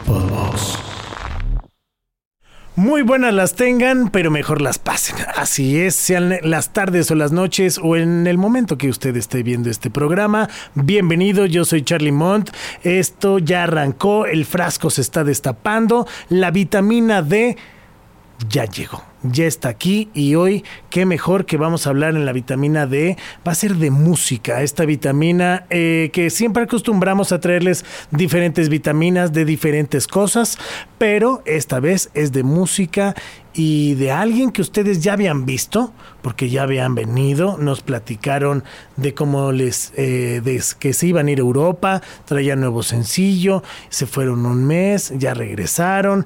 Podbox. Muy buenas las tengan, pero mejor las pasen. Así es, sean las tardes o las noches o en el momento que usted esté viendo este programa. Bienvenido, yo soy Charlie Mont. Esto ya arrancó, el frasco se está destapando, la vitamina D ya llegó. Ya está aquí y hoy, qué mejor que vamos a hablar en la vitamina D, va a ser de música, esta vitamina que siempre acostumbramos a traerles diferentes vitaminas de diferentes cosas, pero esta vez es de música y de alguien que ustedes ya habían visto, porque ya habían venido, nos platicaron de cómo que se iban a ir a Europa, traían nuevo sencillo, se fueron un mes, ya regresaron,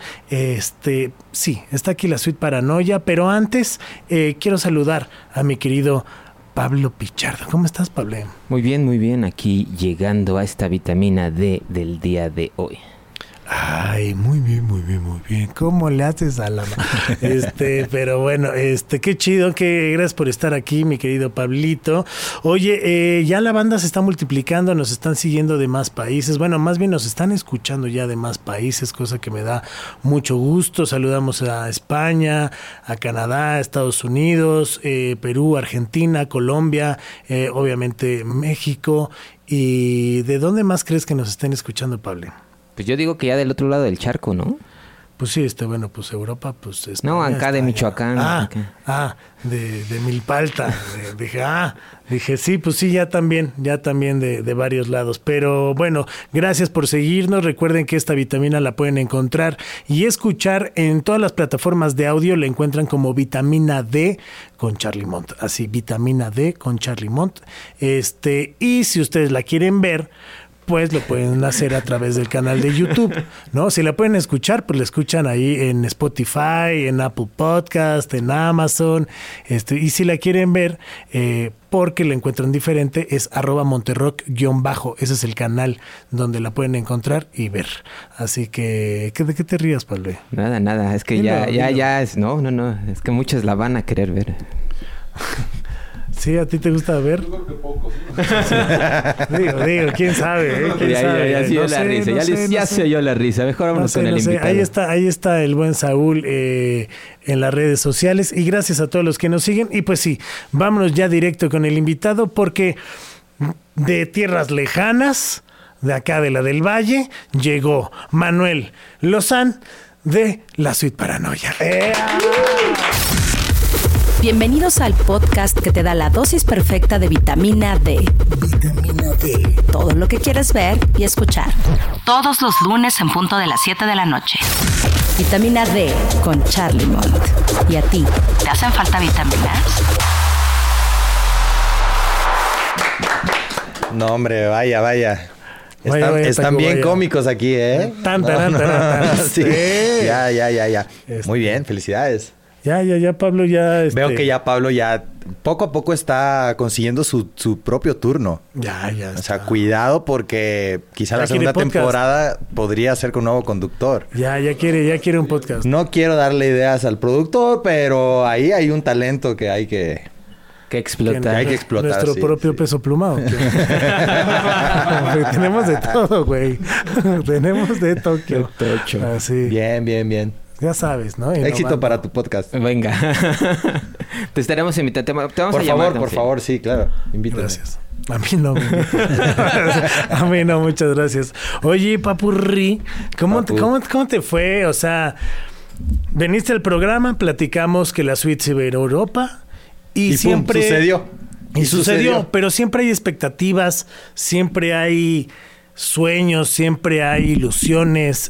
sí, está aquí la Suite Paranoia, pero antes quiero saludar a mi querido Pablo Pichardo. ¿Cómo estás, Pablo? Muy bien, aquí llegando a esta vitamina D del día de hoy. Ay, muy bien. ¿Cómo le haces a la pero bueno, qué chido, gracias por estar aquí, mi querido Pablito. Oye, ya la banda se está multiplicando, nos están siguiendo de más países. Bueno, más bien nos están escuchando ya de más países, cosa que me da mucho gusto. Saludamos a España, a Canadá, a Estados Unidos, Perú, Argentina, Colombia, obviamente México. ¿Y de dónde más crees que nos estén escuchando, Pablo? Pues yo digo que ya del otro lado del charco, ¿no? Pues sí, bueno, pues Europa, pues España. No, acá de Michoacán. De Milpalta. Dije, sí, pues sí, ya también de varios lados. Pero bueno, gracias por seguirnos. Recuerden que esta vitamina la pueden encontrar y escuchar en todas las plataformas de audio. La encuentran como Vitamina D con Charlie Mont. Así, Vitamina D con Charlie Mont. Y si ustedes la quieren ver, pues lo pueden hacer a través del canal de YouTube, ¿no? Si la pueden escuchar, pues la escuchan ahí en Spotify, en Apple Podcast, en Amazon, y si la quieren ver, porque la encuentran diferente, es @monterrock_, ese es el canal donde la pueden encontrar y ver. Así que, ¿de qué te rías, Pablo? Nada, es que ya es, no, es que muchos la van a querer ver. ¿Sí? ¿A ti te gusta ver? Yo creo que pocos. Sí. Digo, ¿quién sabe? Ya se oyó la risa. Mejor vámonos con el invitado. Ahí está el buen Saúl en las redes sociales. Y gracias a todos los que nos siguen. Y pues sí, vámonos ya directo con el invitado porque de tierras lejanas, de acá de la del Valle, llegó Manuel Lozán de la Suite Paranoia. Bienvenidos al podcast que te da la dosis perfecta de vitamina D. Vitamina D. Todo lo que quieres ver y escuchar. Todos los lunes en punto de las 7 de la noche. Vitamina D con Charlie Mont. ¿Y a ti? ¿Te hacen falta vitaminas? No, hombre, vaya. Están bien cómicos aquí, ¿eh? Sí. Ya. Muy bien, felicidades. Ya, Pablo, ya... Veo que ya Pablo ya poco a poco está consiguiendo su propio turno. Ya O sea, cuidado porque quizá la segunda temporada podría ser con un nuevo conductor. Ya quiere un podcast. No quiero darle ideas al productor, pero ahí hay un talento que hay que explotar. Hay que explotar. Nuestro propio peso plumado. Tenemos de todo, güey. Tenemos de Tokio. Así. Bien. Ya sabes, ¿no? Éxito para tu podcast. Venga. Te estaremos invitando. Te vamos a llamar. Por favor, sí, claro. Invítame. Gracias. A mí no. A mí no, muchas gracias. Oye, Papurri, ¿cómo te fue? O sea, veniste al programa, platicamos que la Suite se iba a ir a Europa y siempre... ¡Pum! Sucedió, pero siempre hay expectativas, siempre hay sueños, siempre hay ilusiones.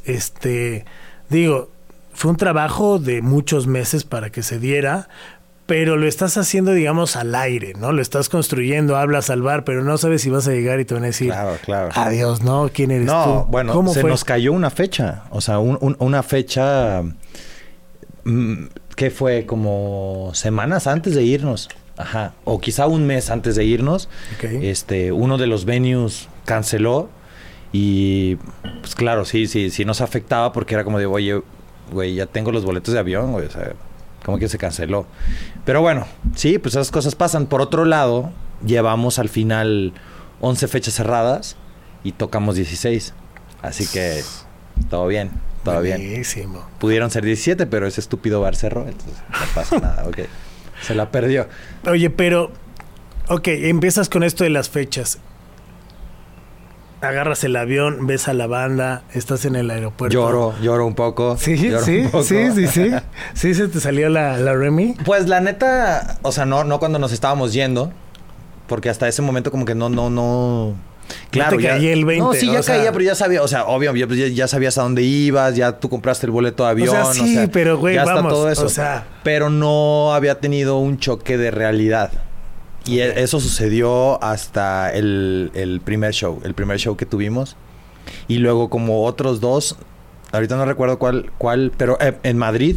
Fue un trabajo de muchos meses para que se diera, pero lo estás haciendo, digamos, al aire, ¿no? Lo estás construyendo, hablas al bar, pero no sabes si vas a llegar y te van a decir... Claro. Adiós, ¿no? ¿Quién eres tú? No, bueno, ¿Cómo fue? Nos cayó una fecha. O sea, una fecha que fue como semanas antes de irnos. Ajá. O quizá un mes antes de irnos. Okay. Uno de los venues canceló. Y, pues claro, sí nos afectaba porque era como de, oye, güey, ya tengo los boletos de avión, güey. O sea, como que se canceló. Pero bueno, sí, pues esas cosas pasan. Por otro lado, llevamos al final 11 fechas cerradas y tocamos 16. Así que Todo bien. Buenísimo. Pudieron ser 17, pero ese estúpido bar cerró, entonces no pasa nada, ok. Se la perdió. Oye, pero... Ok, empiezas con esto de las fechas. Agarras el avión, ves a la banda, estás en el aeropuerto. Lloro un poco. Sí. Sí, se te salió la Remy. Pues la neta, o sea, no cuando nos estábamos yendo, porque hasta ese momento como que no... Claro, ya te caía el 20. No, sí, ya caía, pero ya sabía, o sea, obvio, ya sabías a dónde ibas, ya tú compraste el boleto de avión. O sea, sí, pero güey, ya vamos, está todo eso. O sea... Pero no había tenido un choque de realidad. Y eso sucedió hasta el primer show que tuvimos. Y luego como otros dos, ahorita no recuerdo cuál, pero en Madrid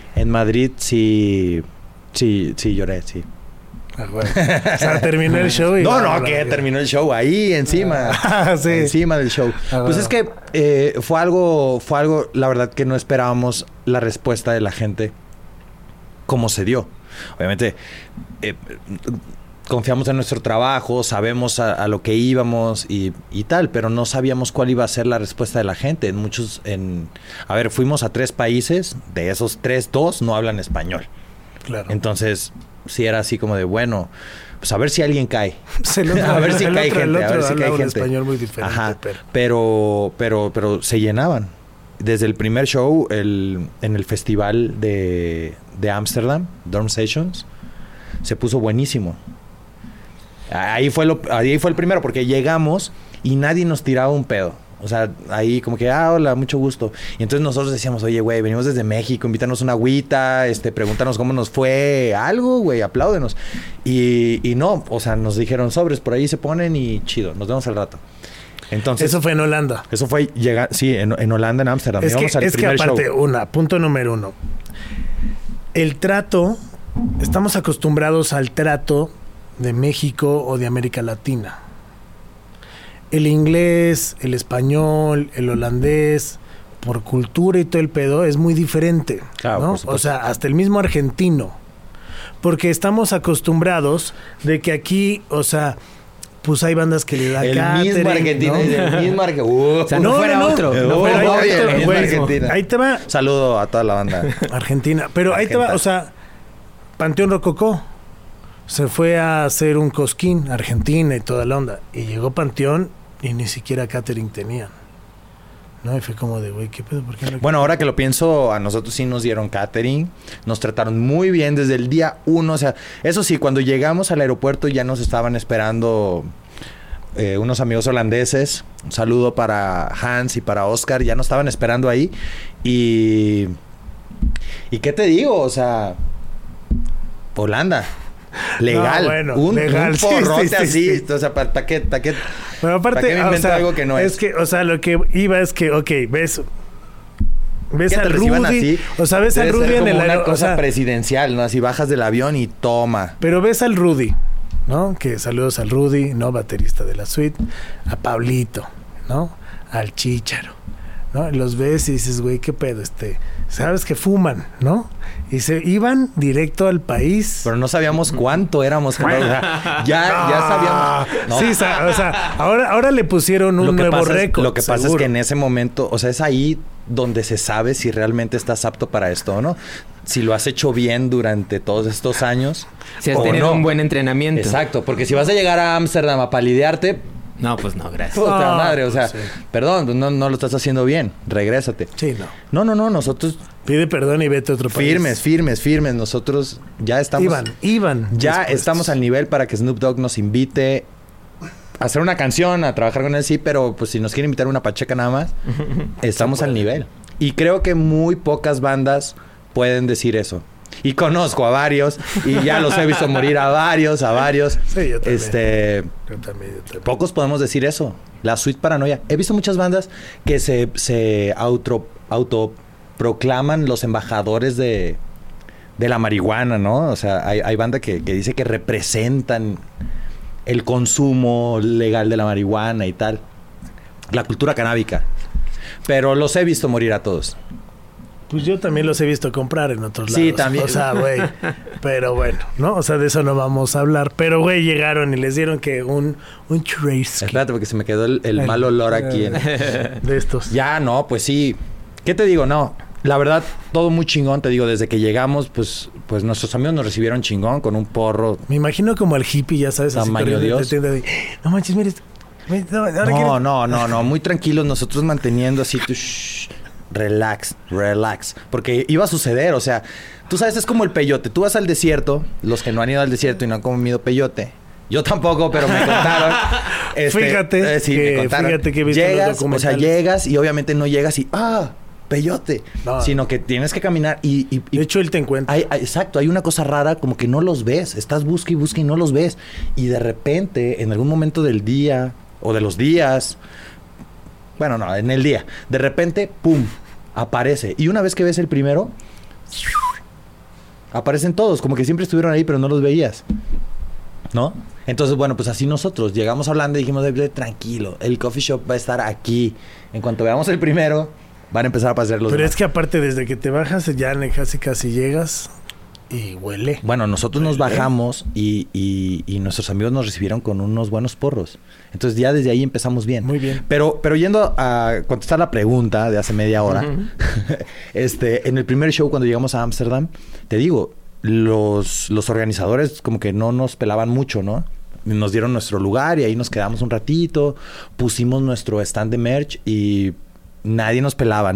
sí lloré, sí. Bueno. O sea, terminó el show y... terminó el show ahí encima. Sí. Encima del show. Pues es que fue algo, la verdad que no esperábamos la respuesta de la gente como se dio. Obviamente, confiamos en nuestro trabajo, sabemos a lo que íbamos y tal, pero no sabíamos cuál iba a ser la respuesta de la gente. Fuimos a 3 países, de esos 3, 2 no hablan español. Claro. Entonces, sí era así como de, bueno, pues a ver si alguien cae. A ver si cae gente. Español muy diferente. Ajá, pero se llenaban. Desde el primer show, en el festival de Ámsterdam, Dorm Sessions, se puso buenísimo. Ahí fue el primero, porque llegamos y nadie nos tiraba un pedo. O sea, ahí como que, hola, mucho gusto. Y entonces nosotros decíamos, oye, güey, venimos desde México, invítanos una agüita, pregúntanos cómo nos fue, algo, güey, apláudenos. Y no, o sea, nos dijeron sobres, por ahí se ponen y chido, nos vemos al rato. Entonces, eso fue en Holanda. Eso fue en Holanda, en Ámsterdam. Es que aparte, punto número 1. El trato, estamos acostumbrados al trato de México o de América Latina. El inglés, el español, el holandés, por cultura y todo el pedo, es muy diferente, claro, ¿no? O sea, hasta el mismo argentino. Porque estamos acostumbrados de que aquí, o sea, pues hay bandas que le dan catering, mismo argentino, ¿no? El mismo argentino. O sea, no fuera otro. Ahí te va. Saludo a toda la banda argentina. Pero ahí te va, o sea, Panteón Rococó se fue a hacer un cosquín, Argentina y toda la onda. Y llegó Panteón y ni siquiera catering tenían. ¿No? Y fue como de, güey, ¿qué pedo? ¿Por qué no? Bueno, ahora que lo pienso, a nosotros sí nos dieron catering. Nos trataron muy bien desde el día 1. O sea, eso sí, cuando llegamos al aeropuerto ya nos estaban esperando unos amigos holandeses. Un saludo para Hans y para Oscar. Ya nos estaban esperando ahí. ¿Y qué te digo? O sea, Holanda. Legal. No, bueno, un sí, porrote así. O sea, ¿para qué? Pero aparte, ¿para qué me invento algo que no es? Es que, o sea, lo que iba es que, ok, ves al reciban Rudy. Así, o sea, ves al Rudy en el una cosa presidencial, ¿no? Así bajas del avión y toma. Pero ves al Rudy, ¿no? Que saludos al Rudy, ¿no? Baterista de la suite. A Pablito, ¿no? Al Chícharo, ¿no? Los ves y dices, güey, ¿qué pedo? Sabes que fuman, ¿no? Y se iban directo al país. Pero no sabíamos cuánto éramos. Ya sabíamos. No. Sí, o sea, ahora le pusieron un nuevo récord. Lo que pasa es que en ese momento, o sea, es ahí donde se sabe si realmente estás apto para esto o no. Si lo has hecho bien durante todos estos años. Si has tenido un buen entrenamiento. Exacto, porque si vas a llegar a Ámsterdam a palidearte... No, pues no, gracias. Puta madre, o sea, sí. Perdón, no lo estás haciendo bien. Regrésate. Sí, no. No, nosotros... Pide perdón y vete a otro país. Firmes. Nosotros ya estamos... Iban. Ya estamos al nivel para que Snoop Dogg nos invite a hacer una canción, a trabajar con él, sí, pero pues si nos quiere invitar una pacheca nada más, estamos al nivel. Y creo que muy pocas bandas pueden decir eso. Y conozco a varios y ya los he visto morir a varios. Sí, yo también. Yo también. Pocos podemos decir eso. La Suite Paranoia. He visto muchas bandas que se autoproclaman los embajadores de la marihuana, ¿no? O sea, hay banda que dice que representan el consumo legal de la marihuana y tal. La cultura canábica. Pero los he visto morir a todos. Pues yo también los he visto comprar en otros lados. Sí, también. O sea, güey. Pero bueno, ¿no? O sea, de eso no vamos a hablar. Pero, güey, llegaron y les dieron que un Churrasco. Espérate, porque se me quedó el mal olor aquí. De estos. Ya, no, pues sí. ¿Qué te digo? No, la verdad, todo muy chingón. Te digo, desde que llegamos, pues nuestros amigos nos recibieron chingón con un porro. Me imagino como al hippie, ya sabes. Tamaño así, Dios. No manches, mire. No, muy tranquilos. Nosotros manteniendo así tu... Relax. Porque iba a suceder, o sea, tú sabes, es como el peyote. Tú vas al desierto, los que no han ido al desierto y no han comido peyote. Yo tampoco, pero me contaron. Fíjate, sí, me contaron. Fíjate que viste los documentales. O sea, llegas y obviamente no llegas y peyote. No. Sino que tienes que caminar y de hecho, él te encuentra. Exacto, hay una cosa rara como que no los ves. Estás busca y no los ves. Y de repente, en algún momento del día o de los días... Bueno, no, en el día. De repente, ¡pum! Aparece. Y una vez que ves el primero, aparecen todos. Como que siempre estuvieron ahí, pero no los veías. ¿No? Entonces, bueno, pues así nosotros llegamos hablando y dijimos, tranquilo, el coffee shop va a estar aquí. En cuanto veamos el primero, van a empezar a aparecer los Pero demás. es que aparte, desde que te bajas, ya casi llegas y huele. Bueno, nosotros nos bajamos y nuestros amigos nos recibieron con unos buenos porros. Entonces ya desde ahí empezamos bien. Muy bien. Pero yendo a contestar la pregunta de hace media hora, en el primer show cuando llegamos a Ámsterdam, te digo, los organizadores como que no nos pelaban mucho, ¿no? Nos dieron nuestro lugar y ahí nos quedamos un ratito, pusimos nuestro stand de merch y nadie nos pelaba.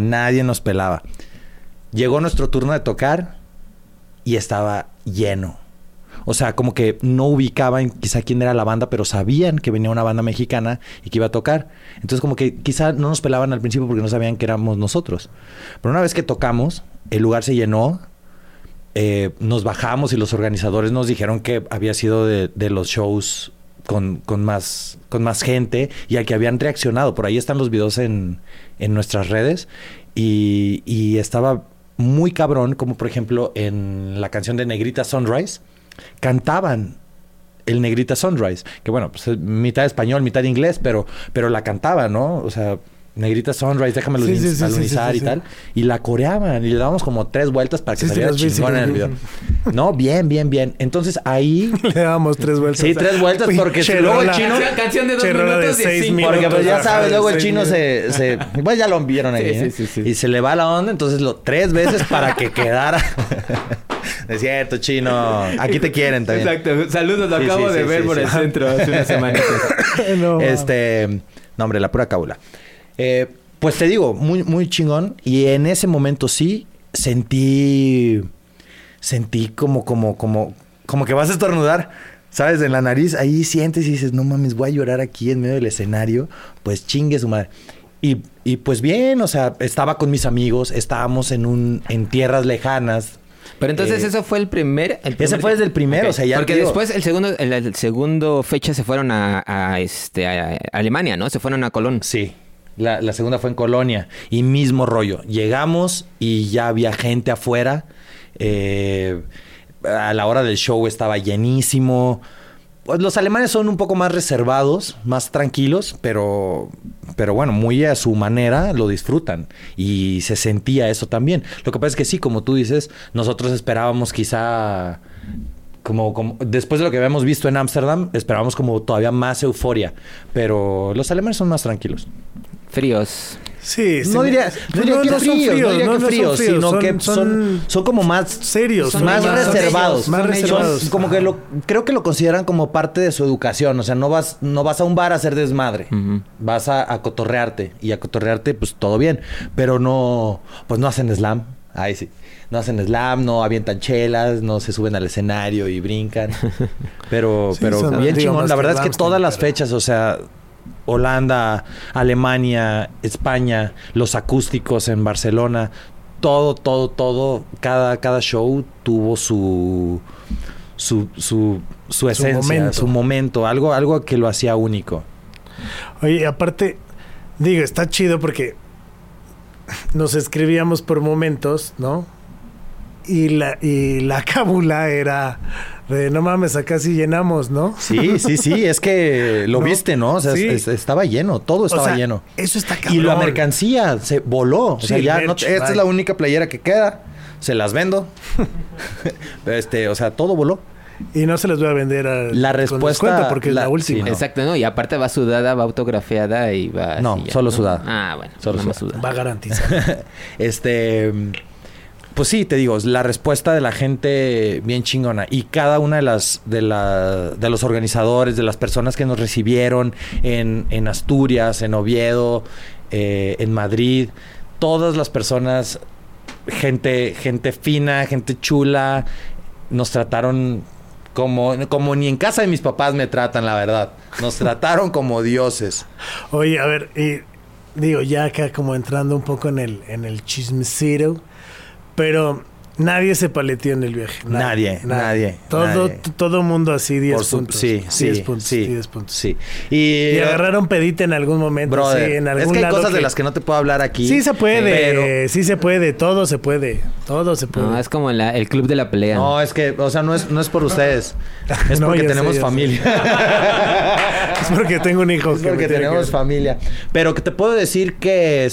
Llegó nuestro turno de tocar y estaba lleno. O sea, como que no ubicaban quizá quién era la banda, pero sabían que venía una banda mexicana y que iba a tocar. Entonces como que quizá no nos pelaban al principio porque no sabían que éramos nosotros. Pero una vez que tocamos, el lugar se llenó. Nos bajamos y los organizadores nos dijeron que había sido de los shows con más gente y al que habían reaccionado. Por ahí están los videos en nuestras redes. Y estaba muy cabrón, como por ejemplo en la canción de Negrita Sunrise, cantaban el Negrita Sunrise, que bueno, pues mitad español, mitad inglés, pero la cantaban, ¿no? O sea, Negrita Sunrise, déjame alunizar y tal. Y la coreaban y le dábamos como 3 vueltas para que saliera chingón en el video. No, bien. Entonces ahí... Le dábamos 3 vueltas. Sí, 3 vueltas porque luego el chino... Canción de 2 minutos de 5. Porque pues ya sabes, luego el chino se... Pues ya lo vieron ahí, sí. Y se le va la onda, entonces 3 veces para que quedara... Es cierto, chino. Aquí te quieren también. Exacto. Saludos, lo acabo de ver por el centro hace unas semanitas. No, no, hombre, la pura cábula. Pues te digo, muy chingón. Y en ese momento sí sentí como que vas a estornudar, ¿sabes? En la nariz. Ahí sientes y dices, no mames, voy a llorar aquí en medio del escenario. Pues chingue su madre. Y pues bien, o sea, estaba con mis amigos. Estábamos en tierras lejanas. Pero entonces eso fue el primer... Ese fue desde el primero, okay. O sea, ya porque después el segundo fecha se fueron a Alemania, ¿no? Se fueron a Colón. Sí. La segunda fue en Colonia. Y mismo rollo. Llegamos y ya había gente afuera. A la hora del show estaba llenísimo. Pues los alemanes son un poco más reservados, más tranquilos, pero bueno, muy a su manera lo disfrutan. Y se sentía eso también. Lo que pasa es que sí, como tú dices, nosotros esperábamos quizá... Como después de lo que habíamos visto en Ámsterdam, esperábamos como todavía más euforia. Pero los alemanes son más tranquilos. Fríos. Sí, no diría que fríos, sino que son como más serios, más reservados. Más reservados. Como que creo que lo consideran como parte de su educación. O sea, no vas a un bar a hacer desmadre. Uh-huh. Vas a cotorrearte. Y a cotorrearte, pues todo bien. Pero no hacen slam. Ahí sí. No hacen slam, no avientan chelas, no se suben al escenario y brincan. Pero bien chingón. La verdad es que todas las fechas, o sea... Holanda, Alemania, España, los acústicos en Barcelona, todo, cada show tuvo su esencia, su momento, algo que lo hacía único. Oye, aparte, digo, está chido porque nos escribíamos por momentos, ¿no? Y la cábula era De no mames, acá sí llenamos, ¿no? Sí, es que lo viste, ¿no? O sea, sí. estaba lleno, todo estaba lleno. Eso está cabrón. Y la mercancía se voló. O sea, ya merch, esta es la única playera que queda. Se las vendo. O sea, todo voló. Y no se les voy a vender la respuesta porque es la última. Sí, no. Exacto, ¿no? Y aparte va sudada, va autografiada y va... No, ya, solo ¿no? sudada. Ah, bueno. Solo sudada. Va garantizado. Pues sí, te digo, la respuesta de la gente bien chingona. Y cada una de los organizadores, de las personas que nos recibieron en Asturias, en Oviedo, en Madrid, todas las personas, gente fina, gente chula, nos trataron como ni en casa de mis papás me tratan, la verdad. Nos trataron como dioses. Oye, a ver, digo, ya acá como entrando un poco en el chismecito, pero nadie se paleteó en el viaje. Nadie. Todo mundo así 10 puntos. Sí, 10 puntos. sí. 10 puntos. Sí. Y agarraron pedita en algún momento. Brother, sí, en algún es que hay lado cosas de las que no te puedo hablar aquí. Sí se puede, pero... sí se puede, todo se puede. No, es como el club de la pelea. No, es que, o sea, no es por ustedes. Es No, porque ya tenemos sé. familia. Es porque tengo un hijo. Es porque tenemos familia. Pero que te puedo decir que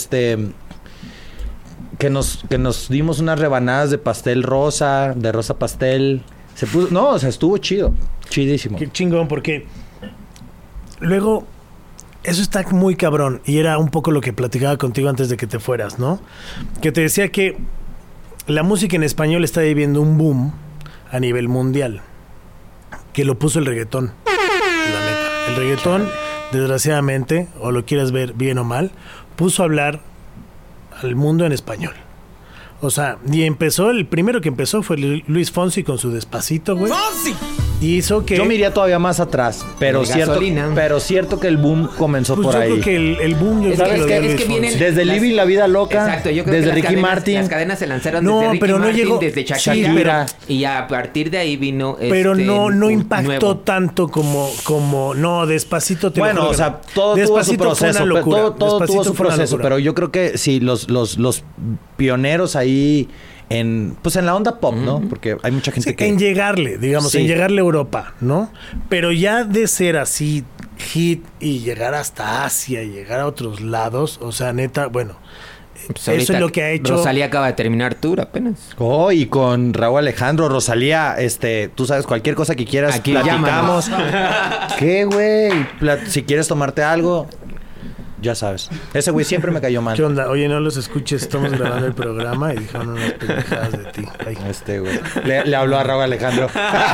que nos dimos unas rebanadas de pastel rosa, de rosa pastel. O sea, estuvo chido. Chidísimo. Qué chingón, porque luego eso está muy cabrón. Y era un poco lo que platicaba contigo antes de que te fueras, ¿no? Que te decía que la música en español está viviendo un boom a nivel mundial. Que lo puso el reggaetón. La neta. El reggaetón, desgraciadamente, o lo quieras ver bien o mal, puso a hablar al mundo en español. O sea, y el primero que empezó fue Luis Fonsi con su Despacito, güey. ¡Fonsi! Y hizo que... Yo me iría todavía más atrás, pero cierto que el boom comenzó pues por yo ahí. creo que el boom... Yo ¿Sabes creo qué? lo dio Es que Luis vienen... Fonsi. Desde Living la Vida Loca, Exacto, yo creo desde que Ricky Martin. Las cadenas se lanzaron No, desde Ricky pero no Martin, llegó- desde Shakira. sí, pero- y a partir de ahí vino Pero no un impactó nuevo. tanto como... No, Despacito... Bueno, o sea, todo tuvo su Despacito fue proceso. una locura. Todo tuvo Despacito su fue una proceso. locura. Pero yo creo que sí, los pioneros ahí en la onda pop, ¿no? Porque hay mucha gente Sí, que... en llegarle, digamos, Sí. en llegarle a Europa, ¿no? Pero ya de ser así hit y llegar hasta Asia y llegar a otros lados, o sea, neta, bueno, Pues eso ahorita es lo que ha hecho... Rosalía acaba de terminar tour apenas. Oh, y con Raúl Alejandro, Rosalía, tú sabes, cualquier cosa que quieras, Aquí platicamos. ¿Qué, güey? Si quieres tomarte algo, ya sabes. Ese güey siempre me cayó mal. ¿Qué onda? Oye, no los escuches, estamos grabando el programa y dijeron unas pendejadas de ti. Ay. Güey. Le habló a Raúl Alejandro.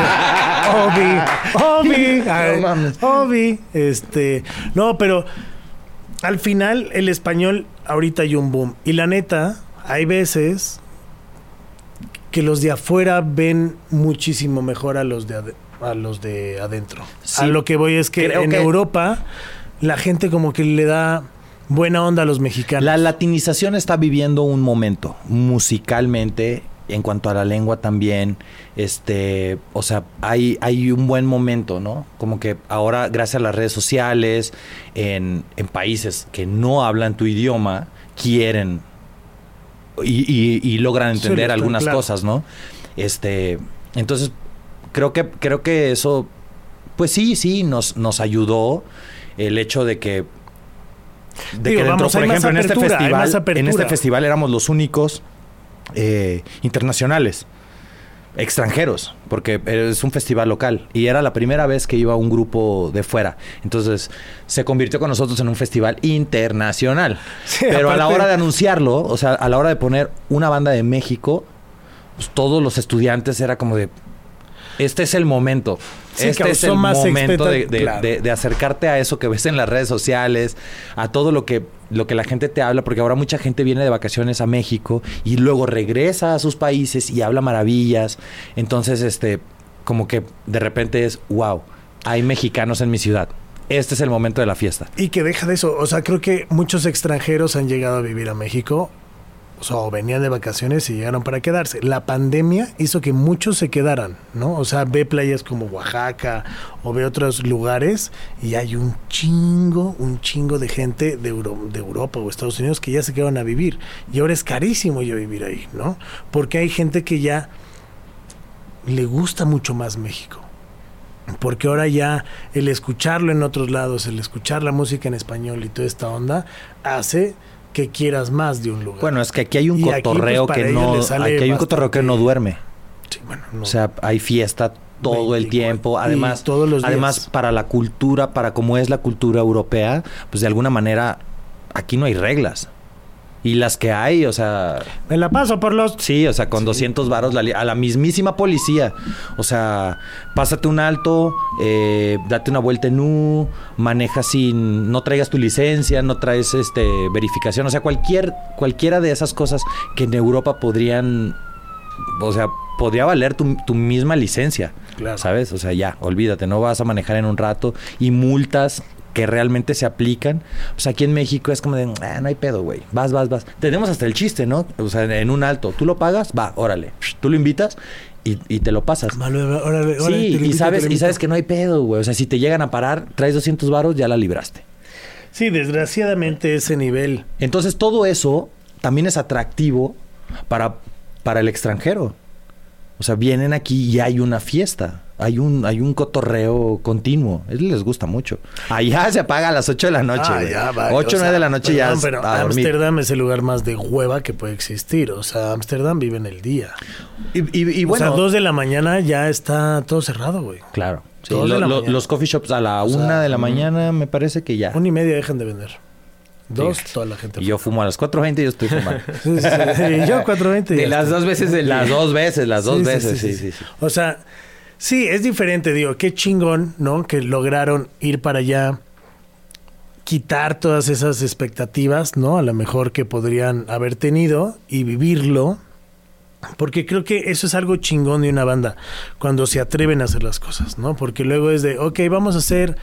Obi. Ay, No mames. Obi. No, pero al final el español ahorita hay un boom. Y la neta, hay veces que los de afuera ven muchísimo mejor a los de adentro. Sí. A lo que voy es que Creo en que- Europa la gente como que le da buena onda a los mexicanos. La latinización está viviendo un momento musicalmente, en cuanto a la lengua también. O sea, hay un buen momento, ¿no? Como que ahora, gracias a las redes sociales, en países que no hablan tu idioma, quieren y logran entender Sí, algunas claro. cosas, ¿no? Entonces, creo que eso, pues sí, nos ayudó el hecho de que Digo, dentro, vamos, por hay más ejemplo, apertura, hay más apertura. en este festival éramos los únicos internacionales, extranjeros, porque es un festival local y era la primera vez que iba un grupo de fuera. Entonces se convirtió con nosotros en un festival internacional. Sí, pero a la aparte- hora de anunciarlo, o sea, a la hora de poner una banda de México, pues todos los estudiantes era como de... Este es el momento. Sí, Este es causó el más momento claro. de acercarte a eso que ves en las redes sociales, a todo lo que la gente te habla, porque ahora mucha gente viene de vacaciones a México y luego regresa a sus países y habla maravillas. Entonces, como que de repente es, wow, hay mexicanos en mi ciudad. Este es el momento de la fiesta. Y que deja de eso, o sea, creo que muchos extranjeros han llegado a vivir a México, o sea, o venían de vacaciones y llegaron para quedarse. La pandemia hizo que muchos se quedaran, ¿no? O sea, ve playas como Oaxaca o ve otros lugares y hay un chingo de gente de Europa o Estados Unidos que ya se quedaron a vivir. Y ahora es carísimo ya vivir ahí, ¿no? Porque hay gente que ya le gusta mucho más México. Porque ahora ya el escucharlo en otros lados, el escuchar la música en español y toda esta onda, hace que quieras más de un lugar. Bueno, es que aquí hay un cotorreo aquí, pues, que no... Aquí hay un cotorreo que no duerme. Sí, bueno, no. O sea, hay fiesta todo el tiempo. Además, todos los días. Además, para la cultura, para cómo es la cultura europea, pues de alguna manera aquí no hay reglas. Y las que hay, o sea... Me la paso por los... Sí, o sea, con 200 varos a la mismísima policía. O sea, pásate un alto, date una vuelta en U, maneja sin... No traigas tu licencia, no traes verificación. O sea, cualquiera de esas cosas que en Europa podrían... O sea, podría valer tu misma licencia. Claro. ¿Sabes? O sea, ya, olvídate, no vas a manejar en un rato. Y multas que realmente se aplican. O sea, aquí en México es como de, no hay pedo, güey. Vas. Tenemos hasta el chiste, ¿no? O sea, en un alto. Tú lo pagas, va, órale. Tú lo invitas y te lo pasas. Órale, sí, y sabes que no hay pedo, güey. O sea, si te llegan a parar, traes 200 varos, ya la libraste. Sí, desgraciadamente ese nivel. Entonces, todo eso también es atractivo para el extranjero. O sea, vienen aquí y hay una fiesta. Hay un cotorreo continuo. A ellos les gusta mucho. Allá se apaga a las 8 de la noche. 8 o 9 de la noche ya es pero a dormir. Ámsterdam es el lugar más de hueva que puede existir. O sea, Ámsterdam vive en el día. Y bueno, o sea, 2 de la mañana ya está todo cerrado, güey. Claro. Sí, 2 de la mañana. Los coffee shops a la 1 de la mañana me parece que ya. 1:30 dejan de vender. 2, Sí. toda la gente. Y yo fumo a las 4:20 y yo estoy fumando. Sí. Y yo 4:20. De las dos veces del... Las dos veces. Sí. O sea, sí, es diferente, digo, qué chingón, ¿no? Que lograron ir para allá, quitar todas esas expectativas, ¿no? A lo mejor que podrían haber tenido y vivirlo. Porque creo que eso es algo chingón de una banda, cuando se atreven a hacer las cosas, ¿no? Porque luego es de, ok, vamos a hacer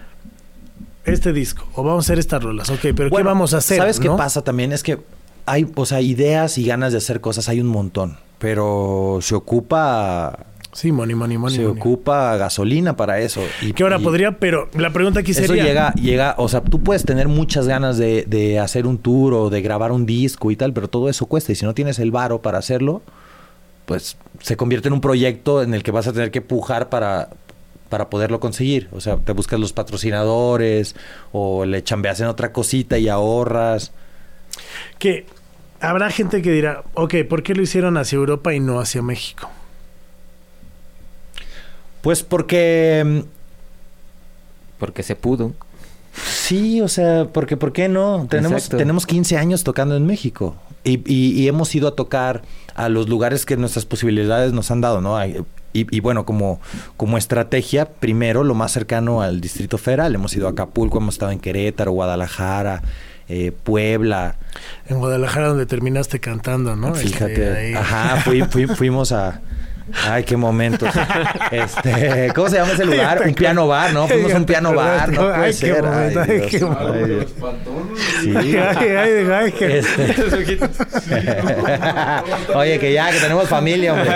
este disco, o vamos a hacer estas rolas, ok, pero ¿qué vamos a hacer? ¿Sabes ¿no? qué pasa también? Es que hay, o sea, ideas y ganas de hacer cosas hay un montón, pero se ocupa... Sí, money. Se ocupa gasolina para eso. Que ahora podría, pero la pregunta aquí sería... Eso llega, o sea, tú puedes tener muchas ganas de hacer un tour o de grabar un disco y tal, pero todo eso cuesta. Y si no tienes el varo para hacerlo, pues se convierte en un proyecto en el que vas a tener que pujar para poderlo conseguir. O sea, te buscas los patrocinadores o le chambeas en otra cosita y ahorras. Que habrá gente que dirá, ok, ¿por qué lo hicieron hacia Europa y no hacia México? Pues porque se pudo. Sí, o sea, porque ¿por qué no? Tenemos 15 años tocando en México y hemos ido a tocar a los lugares que nuestras posibilidades nos han dado, ¿no? Y bueno, como estrategia, primero lo más cercano al Distrito Federal. Hemos ido a Acapulco, hemos estado en Querétaro, Guadalajara, Puebla. En Guadalajara donde terminaste cantando, ¿no? Fíjate. Ajá, fuimos a... Ay, qué momentos. ¿Cómo se llama ese lugar? Un piano bar, ¿no? Fuimos a un piano bar, no puede ser. Ay, qué momento. Sí. Ay, qué... Oye, que tenemos familia, hombre.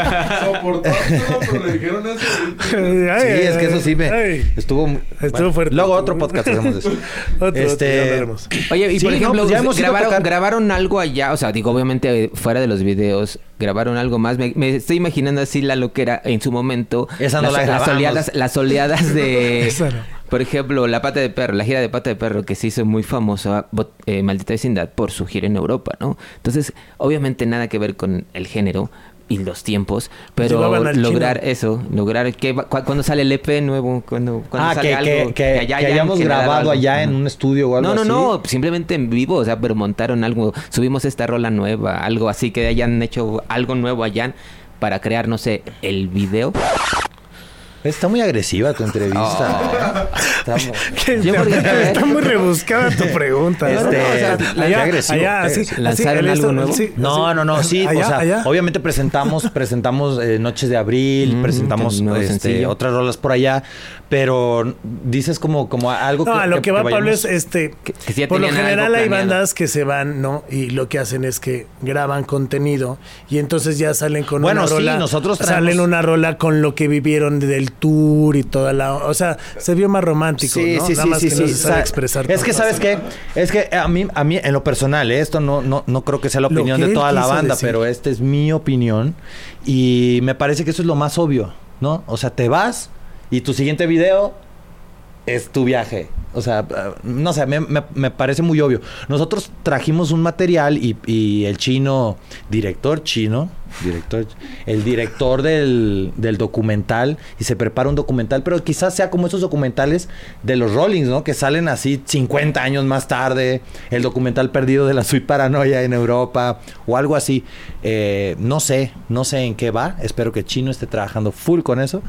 Sí, es que eso sí estuvo fuerte. Luego otro podcast hacemos eso. Oye, y sí, por ejemplo, pues ya hemos grabaron algo allá, o sea, digo, obviamente fuera de los videos, grabaron algo más. Me estoy imaginando así la loquera en su momento. Esa no la grabamos. Las oleadas de... Esa no. Por ejemplo, la gira de Pata de Perro, que se hizo muy famosa, Maldita Vecindad, por su gira en Europa, ¿no? Entonces, obviamente nada que ver con el género y los tiempos, pero lograr que cuando sale el EP nuevo, cuando sale algo que hayamos grabado allá en un estudio o algo así. No, simplemente en vivo, o sea, pero montaron algo, subimos esta rola nueva, algo así, que hayan hecho algo nuevo allá para crear, no sé, el video. Está muy agresiva tu entrevista. Está muy rebuscada tu pregunta. ¿Lanzaron algo nuevo? Sí, sí. O sea, obviamente presentamos Noches de Abril, presentamos otras rolas por allá, pero dices como algo que... No, lo que va Pablo es que sí por lo general hay planeado. bandas que se van, ¿no? Y lo que hacen es que graban contenido y entonces ya salen con una rola. Sí, nosotros salen una rola con lo que vivieron del el tour y toda la... O sea, se vio más romántico, sí, ¿no? Sí, Nada más que no se sabe expresar. Es que, ¿sabes qué? Es que a mí en lo personal, esto no creo que sea la opinión de toda la banda, pero esta es mi opinión. Y me parece que eso es lo más obvio, ¿no? O sea, te vas y tu siguiente video es tu viaje. O sea, no sé, me parece muy obvio. Nosotros trajimos un material y el el director del documental, y se prepara un documental, pero quizás sea como esos documentales de los Rollings, ¿no? Que salen así 50 años más tarde, el documental perdido de la Suite Paranoia en Europa, o algo así. No sé en qué va. Espero que Chino esté trabajando full con eso.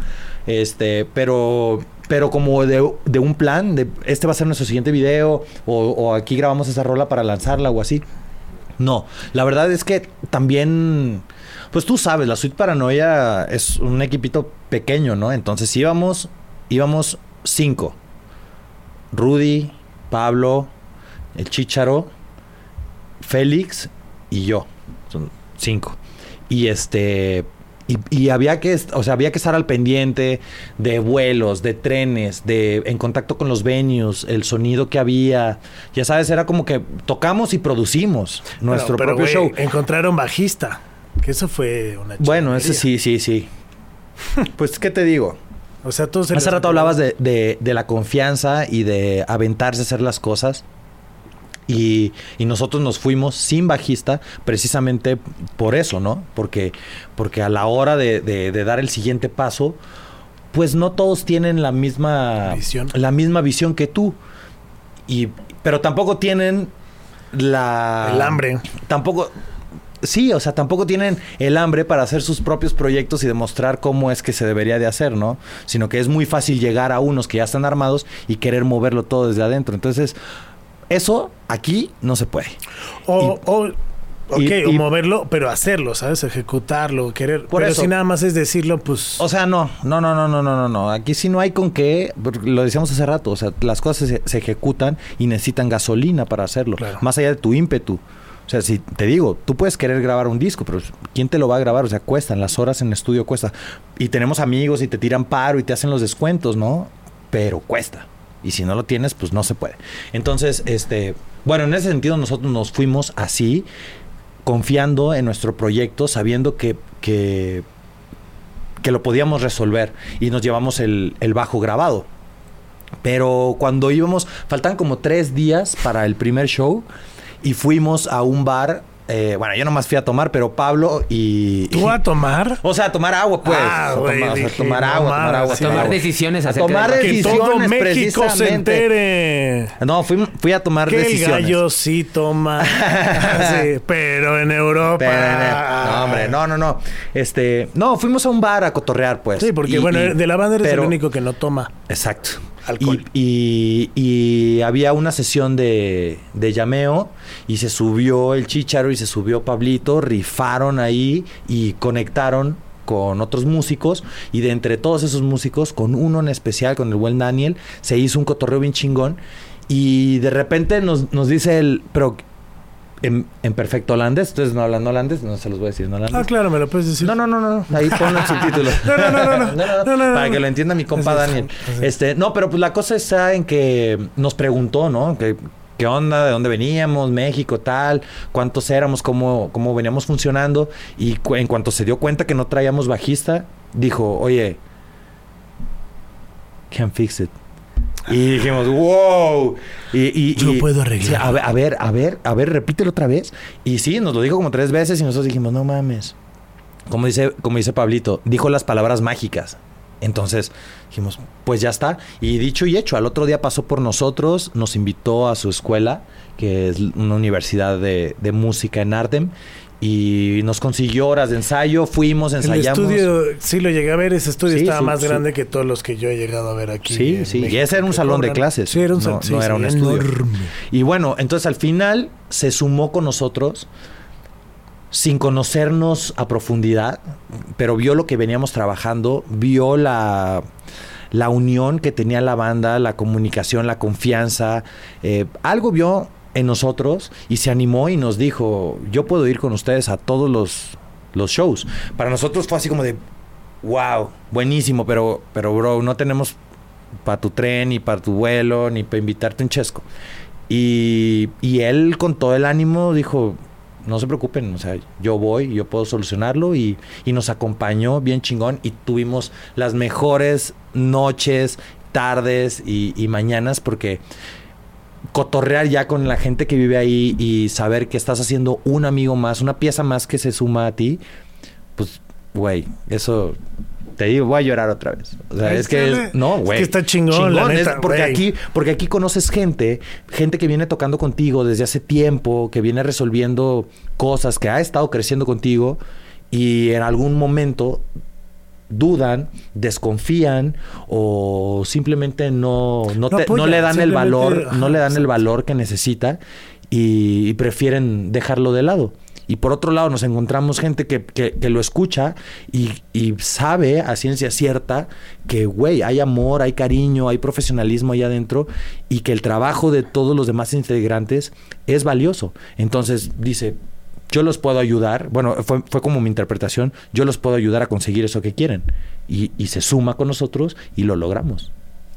Pero como de un plan, de este va a ser nuestro siguiente video, o aquí grabamos esa rola para lanzarla o así. No, la verdad es que también, pues tú sabes, la Suite Paranoia es un equipito pequeño, ¿no? Entonces íbamos 5. Rudy, Pablo, el Chícharo, Félix y yo. Son 5. Y había que estar al pendiente de vuelos, de trenes, en contacto con los venues, el sonido que había. Ya sabes, era como que tocamos y producimos nuestro propio show. Encontraron bajista, que eso fue una chica. Bueno, ese sí. Pues, ¿qué te digo? O sea, todos... Hace rato hablabas de la confianza y de aventarse a hacer las cosas. Y nosotros nos fuimos sin bajista precisamente por eso, ¿no? Porque a la hora de dar el siguiente paso, pues no todos tienen la misma visión que tú. Pero tampoco tienen el hambre. Tampoco tienen el hambre para hacer sus propios proyectos y demostrar cómo es que se debería de hacer, ¿no? Sino que es muy fácil llegar a unos que ya están armados y querer moverlo todo desde adentro. Entonces, eso aquí no se puede. O moverlo, pero hacerlo, ¿sabes? Ejecutarlo, querer. Pero eso, si nada más es decirlo, pues... O sea, no. Aquí sí no hay con qué. Lo decíamos hace rato. O sea, las cosas se ejecutan y necesitan gasolina para hacerlo. Claro. Más allá de tu ímpetu. O sea, si te digo, tú puedes querer grabar un disco, pero ¿quién te lo va a grabar? O sea, cuestan. Las horas en el estudio cuesta. Y tenemos amigos y te tiran paro y te hacen los descuentos, ¿no? Pero cuesta. Y si no lo tienes, pues no se puede. Entonces, bueno, en ese sentido nosotros nos fuimos así, confiando en nuestro proyecto, sabiendo que lo podíamos resolver, y nos llevamos el bajo grabado. Pero cuando íbamos, faltan como 3 días para el primer show, y fuimos a un bar. Bueno, yo nomás fui a tomar, pero Pablo y... ¿Tú a tomar? O sea, a tomar agua, pues. Tomar agua. Tomar decisiones acerca tomar de... Que todo México se entere. No, fui a tomar decisiones. Que el gallo sí toma. Sí, pero en Europa... No, hombre, no. No, fuimos a un bar a cotorrear, pues. Sí, porque de la banda eres el único que no toma. Exacto. Alcohol. Y había una sesión de llameo, y se subió el Chícharo y se subió Pablito, rifaron ahí y conectaron con otros músicos, y de entre todos esos músicos, con uno en especial, con el buen Daniel, se hizo un cotorreo bien chingón, y de repente nos dice él, pero en perfecto holandés. Ustedes no hablan holandés, no se los voy a decir en holandés. Ah, claro, me lo puedes decir. No. Ahí pon el subtítulo. No. Para que lo entienda mi compa Daniel. No, pero pues la cosa está en que nos preguntó, ¿no? ¿Qué onda? ¿De dónde veníamos? México, tal. ¿Cuántos éramos? ¿Cómo veníamos funcionando? Y en cuanto se dio cuenta que no traíamos bajista, dijo, oye, can't fix it. Y dijimos, wow. Yo puedo arreglar. Sí, a ver, repítelo otra vez. Y sí, nos lo dijo como 3 veces y nosotros dijimos, no mames. Como dice Pablito, dijo las palabras mágicas. Entonces dijimos, pues ya está. Y dicho y hecho, al otro día pasó por nosotros, nos invitó a su escuela, que es una universidad de música en Arnhem. Y nos consiguió horas de ensayo, fuimos, ensayamos. El estudio, sí lo llegué a ver, ese estudio estaba más grande que todos los que yo he llegado a ver aquí. Sí, México, y ese era un salón de clases. Sí, era un salón. No era un estudio. Enorme. Y bueno, entonces al final se sumó con nosotros sin conocernos a profundidad, pero vio lo que veníamos trabajando, vio la unión que tenía la banda, la comunicación, la confianza. Algo vio en nosotros y se animó y nos dijo, yo puedo ir con ustedes a todos los shows. Para nosotros fue así como de, wow, buenísimo, pero bro, no tenemos para tu tren, ni para tu vuelo, ni para invitarte un chesco. Y él con todo el ánimo dijo, no se preocupen, o sea, yo puedo solucionarlo y nos acompañó bien chingón y tuvimos las mejores noches, tardes y mañanas porque cotorrear ya con la gente que vive ahí y saber que estás haciendo un amigo más, una pieza más que se suma a ti, pues, güey, eso... Te digo, voy a llorar otra vez. O sea, es que... No, güey. Es que está chingón, la neta, porque aquí conoces gente que viene tocando contigo desde hace tiempo, que viene resolviendo cosas, que ha estado creciendo contigo y en algún momento dudan, desconfían o simplemente no le dan el valor, no le dan el valor que necesita y prefieren dejarlo de lado. Y por otro lado nos encontramos gente que lo escucha y sabe a ciencia cierta que, güey, hay amor, hay cariño, hay profesionalismo ahí adentro y que el trabajo de todos los demás integrantes es valioso. Entonces dice, yo los puedo ayudar. Bueno, fue como mi interpretación. Yo los puedo ayudar a conseguir eso que quieren. Y se suma con nosotros y lo logramos.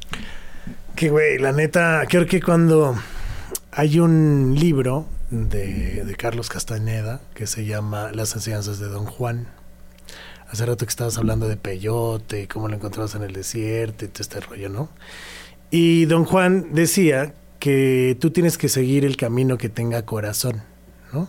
Que, güey, la neta, creo que cuando hay un libro de Carlos Castañeda que se llama Las enseñanzas de Don Juan. Hace rato que estabas hablando de peyote, cómo lo encontrabas en el desierto y todo este rollo, ¿no? Y Don Juan decía que tú tienes que seguir el camino que tenga corazón, ¿no?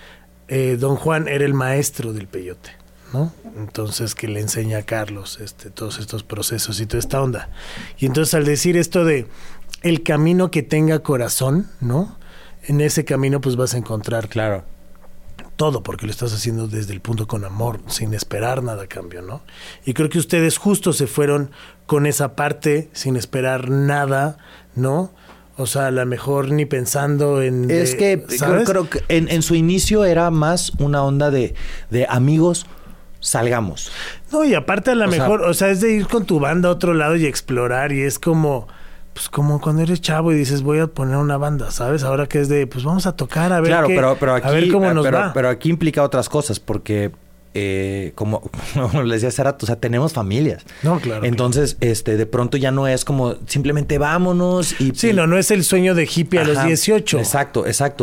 Don Juan era el maestro del peyote, ¿no? Entonces que le enseña a Carlos todos estos procesos y toda esta onda. Y entonces al decir esto de el camino que tenga corazón, ¿no? En ese camino pues vas a encontrar claro todo, porque lo estás haciendo desde el punto con amor, sin esperar nada a cambio, ¿no? Y creo que ustedes justo se fueron con esa parte, sin esperar nada, ¿no? O sea, a lo mejor ni pensando en... Es que creo que en su inicio era más una onda de amigos, salgamos. No, y aparte a lo mejor, o sea, es de ir con tu banda a otro lado y explorar, y es como... Pues como cuando eres chavo y dices, voy a poner una banda, ¿sabes? Ahora que es de, pues vamos a tocar a ver pero aquí, a ver cómo nos va. Pero aquí implica otras cosas, porque como les decía hace rato, o sea, tenemos familias. No, claro. Entonces, de pronto ya no es como simplemente vámonos y... Sí, no es el sueño de hippie a los 18. Exacto.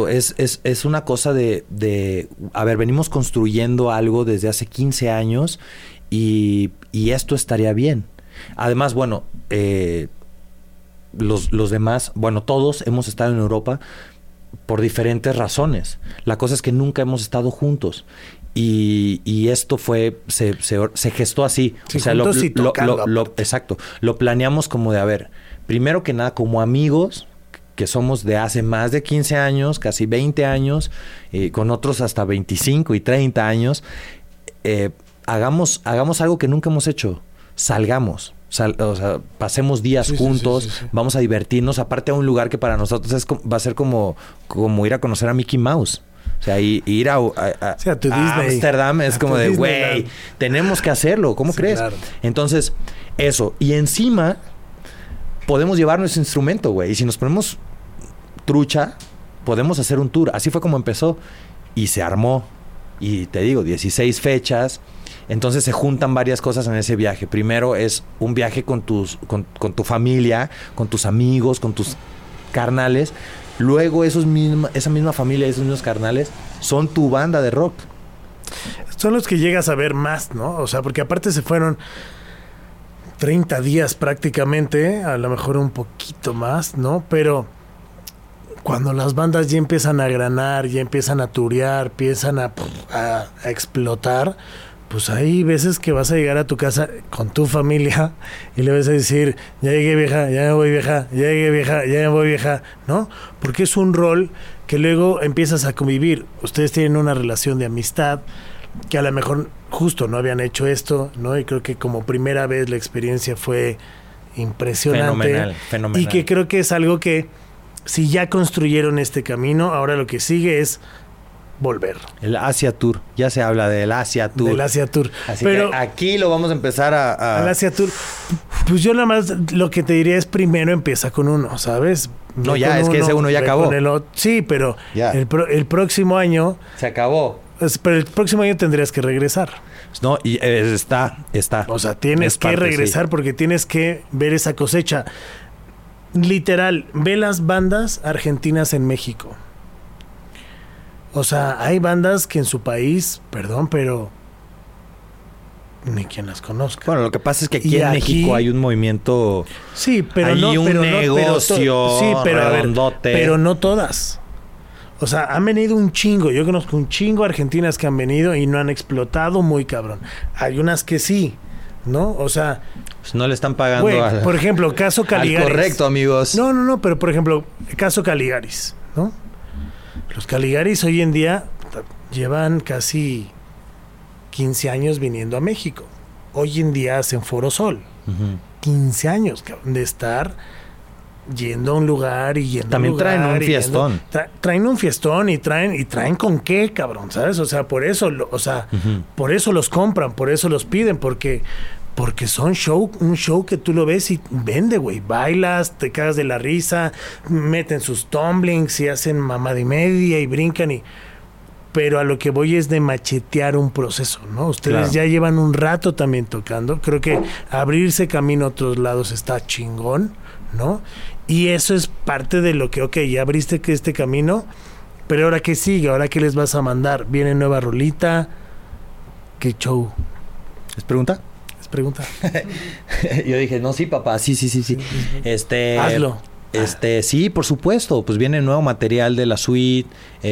Es una cosa de... A ver, venimos construyendo algo desde hace 15 años y esto estaría bien. Además, bueno... Los demás, bueno, todos hemos estado en Europa por diferentes razones. La cosa es que nunca hemos estado juntos. Y esto se gestó así. Sí, o sea, exacto. Lo planeamos como de, a ver, primero que nada, como amigos, que somos de hace más de 15 años, casi 20 años, con otros hasta 25 y 30 años, hagamos algo que nunca hemos hecho. Salgamos. O sea, pasemos días juntos, sí. Vamos a divertirnos, aparte a un lugar que para nosotros va a ser como ir a conocer a Mickey Mouse. O sea, ir a Ámsterdam es como de, güey, tenemos que hacerlo, ¿cómo crees? Claro. Entonces, eso. Y encima, podemos llevar nuestro instrumento, güey. Y si nos ponemos trucha, podemos hacer un tour. Así fue como empezó. Y se armó. Y te digo, 16 fechas. Entonces se juntan varias cosas en ese viaje. Primero es un viaje con tu familia, con tus amigos, con tus carnales. Luego esa misma familia, esos mismos carnales son tu banda de rock. Son los que llegas a ver más, ¿no? O sea, porque aparte se fueron 30 días prácticamente, a lo mejor un poquito más, ¿no? Pero cuando las bandas ya empiezan a granar, ya empiezan a turear, empiezan a explotar, pues hay veces que vas a llegar a tu casa con tu familia y le vas a decir, ya llegué vieja, ya me voy vieja, ya llegué vieja, ya me voy vieja, ¿no? Porque es un rol que luego empiezas a convivir. Ustedes tienen una relación de amistad que a lo mejor justo no habían hecho esto, ¿no? Y creo que como primera vez la experiencia fue impresionante. Fenomenal. Y que creo que es algo que si ya construyeron este camino, ahora lo que sigue es volver. El Asia Tour. Ya se habla del Asia Tour. Del Asia Tour. Así que aquí lo vamos a empezar al Asia Tour. Pues yo nada más lo que te diría es primero empieza con uno, ¿sabes? No, ya, es que ese uno ya acabó. Sí, pero el próximo año... Se acabó. Pero el próximo año tendrías que regresar. No, y está. O sea, tienes que regresar porque tienes que ver esa cosecha. Literal, ve las bandas argentinas en México. O sea, hay bandas que en su país, perdón, pero ni quien las conozca. Bueno, lo que pasa es que aquí en México hay un movimiento. Sí, pero hay un negocio redondote. Pero no todas. O sea, han venido un chingo. Yo conozco un chingo argentinas que han venido y no han explotado muy cabrón. Hay unas que sí, ¿no? O sea... Pues no le están pagando por ejemplo, caso Caligaris. Correcto, amigos. No, pero por ejemplo, caso Caligaris, ¿no? Los Caligaris hoy en día llevan casi 15 años viniendo a México. Hoy en día hacen Foro Sol. 15 años, cabrón, de estar... yendo a un lugar y yendo también a un lugar. Traen un fiestón. Traen un fiestón y traen con qué, cabrón, ¿sabes? O sea, por eso, por eso los compran, por eso los piden, porque son un show que tú lo ves y vende, güey. Bailas, te cagas de la risa, meten sus tumblings y hacen mamada y media y brincan y... Pero a lo que voy es de machetear un proceso, ¿no? Ustedes ya llevan un rato también tocando. Creo que abrirse camino a otros lados está chingón, ¿no? Y eso es parte de lo que, ok, ya abriste que este camino, pero ahora qué sigue, ahora qué les vas a mandar, viene nueva rolita, qué show. ¿Es pregunta? Es pregunta. Yo dije, no, sí, papá, sí. Hazlo. Sí, por supuesto, pues viene nuevo material de la suite,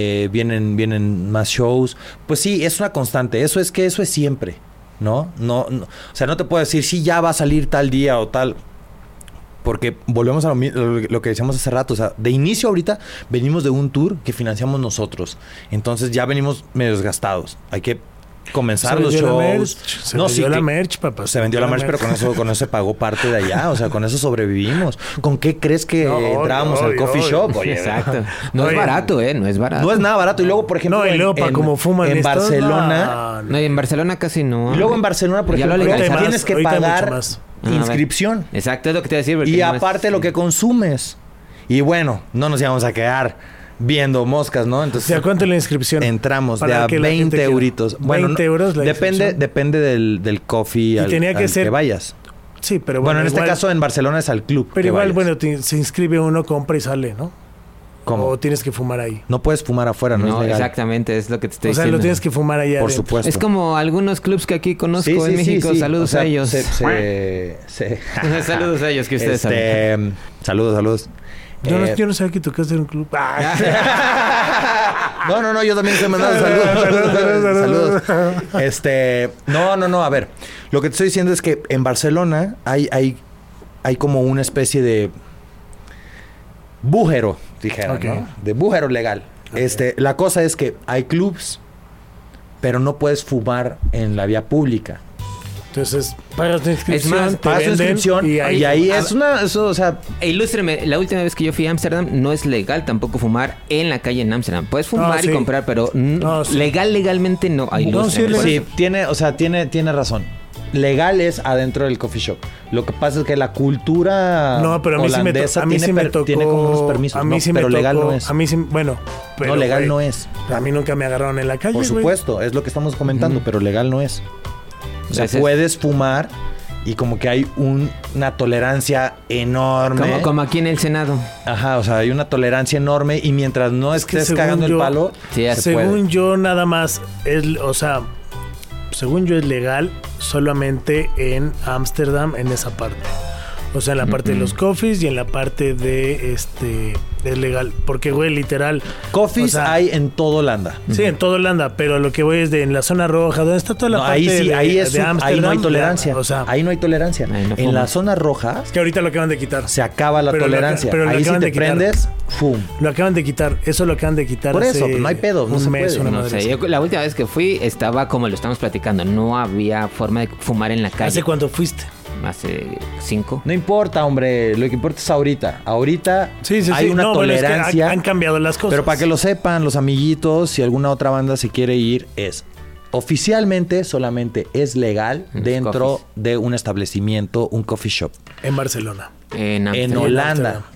vienen más shows, pues sí, es una constante, eso es siempre, ¿no? No, o sea, no te puedo decir, sí, ya va a salir tal día o tal... Porque volvemos a lo que decíamos hace rato. O sea, de inicio ahorita venimos de un tour que financiamos nosotros. Entonces ya venimos medio desgastados. Hay que comenzar los shows. Se vendió la merch, papá. Se vendió la merch, pero con eso se pagó parte de allá. O sea, con eso sobrevivimos. ¿Con qué crees que entrábamos al coffee shop? Oye, exacto. No es barato, No es barato. No es nada barato. Y luego, por ejemplo, como fuman en Barcelona... No, en Barcelona casi no. Y luego en Barcelona, por ejemplo, tienes que pagar... inscripción. Exacto, es lo que te iba a decir. Y aparte lo que consumes. Y bueno, no nos íbamos a quedar viendo moscas, ¿no? Entonces, ¿de cuánto la inscripción? Entramos de a 20 euritos. Bueno, 20 euros la depende del coffee al que vayas. Sí, pero bueno, en este caso en Barcelona es al club. Pero igual, bueno, se inscribe uno, compra y sale, ¿no? ¿Cómo? O tienes que fumar ahí. No puedes fumar afuera, no es legal. Exactamente, es lo que te estoy diciendo. O sea, lo tienes que fumar allá. Por supuesto. Es como algunos clubs que aquí conozco en México. Sí. Saludos a ellos. Saludos a ellos, que ustedes saben. Saludos. Yo no sabía que tocaste en un club. No, yo también estoy mandando saludos. No, a ver. Lo que te estoy diciendo es que en Barcelona hay como una especie de bújero, dijeron, ¿no? De bújero legal. Okay. La cosa es que hay clubs, pero no puedes fumar en la vía pública. Entonces, pagas tu inscripción. Es más, pagas tu inscripción y ahí o sea... Ilústreme, la última vez que yo fui a Ámsterdam no es legal tampoco fumar en la calle en Ámsterdam. Puedes fumar y comprar, pero legalmente no. Sí, tiene razón. Legal es adentro del coffee shop. Lo que pasa es que la cultura holandesa tiene como unos permisos. A mí sí pero me legal tocó, no es. A mí sí, bueno, pero legal no es. A mí nunca me agarraron en la calle. Por supuesto, es lo que estamos comentando, pero legal no es. O sea, puedes fumar y como que hay una tolerancia enorme. Como aquí en el Senado. Ajá, o sea, hay una tolerancia enorme y mientras no estés cagando el palo, según yo nada más según yo es legal solamente en Ámsterdam, en esa parte. O sea, en la parte de los coffees y en la parte de es legal. Porque, güey, literal. Coffees hay en toda Holanda. Sí, en toda Holanda. Pero lo que voy es en la zona roja, donde está toda la parte de Ámsterdam. Ahí no hay tolerancia. Ahí no hay tolerancia. En la zona roja. Es que ahorita lo acaban de quitar. Se acaba la tolerancia. Pero ahí si te prendes, ¡fum! Lo acaban de quitar. Eso lo acaban de quitar. Por eso, no hay pedo. No se puede. No sé. Yo la última vez que fui estaba como lo estamos platicando. No había forma de fumar en la calle. ¿Hace cuánto fuiste? Hace 5. No importa, hombre. Lo que importa es ahorita. Ahorita hay una tolerancia. Es que han cambiado las cosas. Pero para que lo sepan los amiguitos, si alguna otra banda se quiere ir, oficialmente solamente es legal dentro de un establecimiento, un coffee shop. En Barcelona. En Holanda.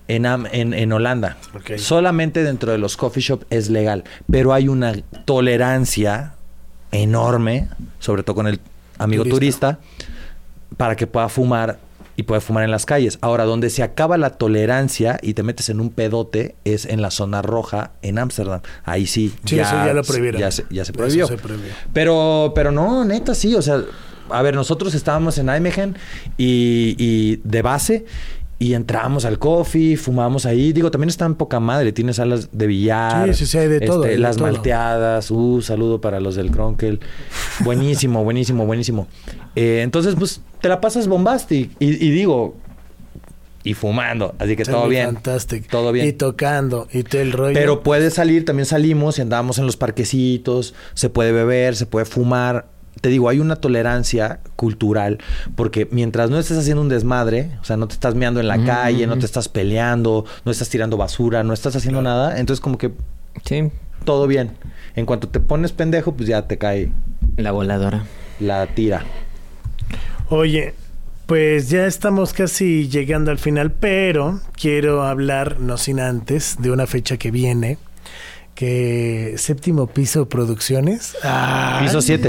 En Holanda. Okay. Solamente dentro de los coffee shop es legal. Pero hay una tolerancia enorme, sobre todo con el amigo turista, para que pueda fumar y pueda fumar en las calles. Ahora, donde se acaba la tolerancia y te metes en un pedote es en la zona roja en Ámsterdam. Ahí sí. Sí, eso ya lo prohibieron. Ya se prohibió. Eso se prohibió. Pero no, neta, sí. O sea, a ver, nosotros estábamos en Nijmegen y de base... Y entramos al coffee, fumamos ahí. Digo, también está en poca madre. Tiene salas de billar. Sí, hay de todo. Hay las de todo. malteadas. Saludo para los del Kronkel. Buenísimo, buenísimo, buenísimo. Entonces, pues, te la pasas bombastic. Y digo... Y fumando. Así que está todo bien. Fantástico. Todo bien. Y tocando. Y todo el rollo. Pero puedes salir. También salimos y andamos en los parquecitos. Se puede beber, se puede fumar. Te digo, hay una tolerancia cultural porque mientras no estés haciendo un desmadre, o sea, no te estás meando en la calle, no te estás peleando, no estás tirando basura, no estás haciendo nada, entonces como que todo bien. En cuanto te pones pendejo, pues ya te cae la voladora, la tira. Oye, pues ya estamos casi llegando al final, pero quiero hablar, no sin antes, de una fecha que viene. Que Séptimo Piso Producciones. Piso 7.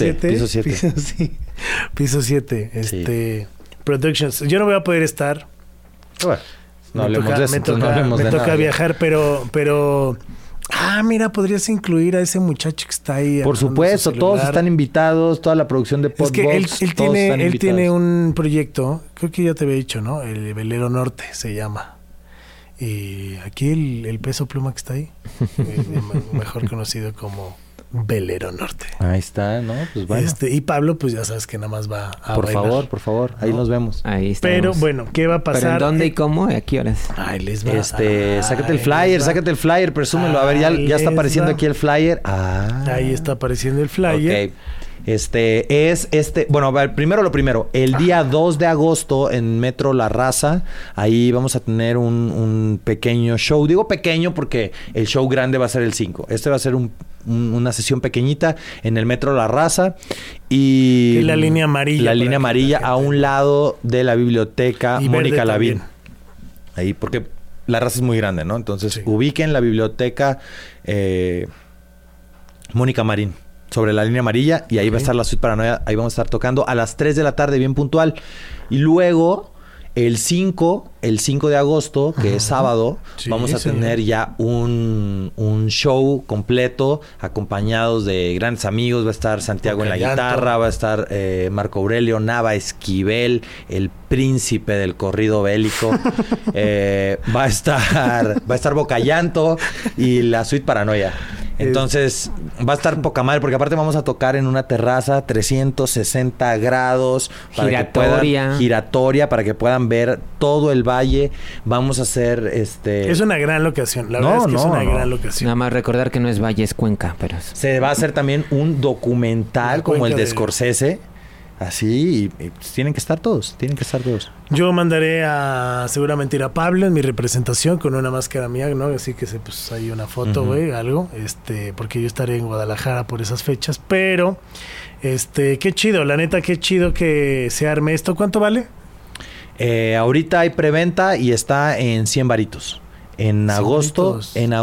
Piso 7. Productions. Yo no voy a poder estar. Bueno, no hablemos de eso. Me toca viajar, pero... mira, podrías incluir a ese muchacho que está ahí. Por supuesto, todos están invitados, toda la producción de Podbox. Es que él tiene un proyecto, creo que ya te había dicho, ¿no? El Velero Norte se llama. Y aquí el Peso Pluma que está ahí, mejor conocido como Velero Norte. Ahí está, ¿no? Pues bueno. Y Pablo, pues ya sabes que nada más va a bailar. Por favor, ahí nos vemos. Ahí está. Pero bueno, ¿qué va a pasar? ¿Pero en dónde y cómo? ¿A qué horas? Les va. Sácate el flyer, presúmelo. A ver, ya está apareciendo aquí el flyer. Ahí está apareciendo el flyer. Ok. Bueno, a ver, primero lo primero. El día 2 de agosto en Metro La Raza, ahí vamos a tener un pequeño show. Digo pequeño porque el show grande va a ser el 5. Este va a ser una sesión pequeñita en el Metro La Raza. Y la línea amarilla. La línea amarilla a un lado de la biblioteca Mónica Lavín. Ahí, porque La Raza es muy grande, ¿no? Entonces, ubiquen la biblioteca Mónica Marín. Sobre la línea amarilla y ahí va a estar la Suite Paranoia. Ahí vamos a estar tocando a las 3 de la tarde, bien puntual. Y luego, el 5 de agosto, que es sábado, vamos a tener ya un show completo, acompañados de grandes amigos. Va a estar Santiago en la guitarra, va a estar Marco Aurelio Nava Esquivel, el príncipe del corrido bélico. Va a estar Bocallanto y la Suite Paranoia. Entonces, va a estar poca madre, porque aparte vamos a tocar en una terraza 360 grados. Giratoria, para que puedan ver todo el valle. Vamos a hacer Es una gran locación. La verdad es que es una gran locación. Nada más recordar que no es valle, es cuenca, pero... Se va a hacer también un documental como el de Scorsese. Así, y tienen que estar todos. Yo mandaré seguramente ir a Pablo en mi representación con una máscara mía, ¿no? Así que pues hay una foto, güey, algo, porque yo estaré en Guadalajara por esas fechas, pero qué chido, la neta, qué chido que se arme esto. ¿Cuánto vale? Ahorita hay preventa y está en 100 varitos. En agosto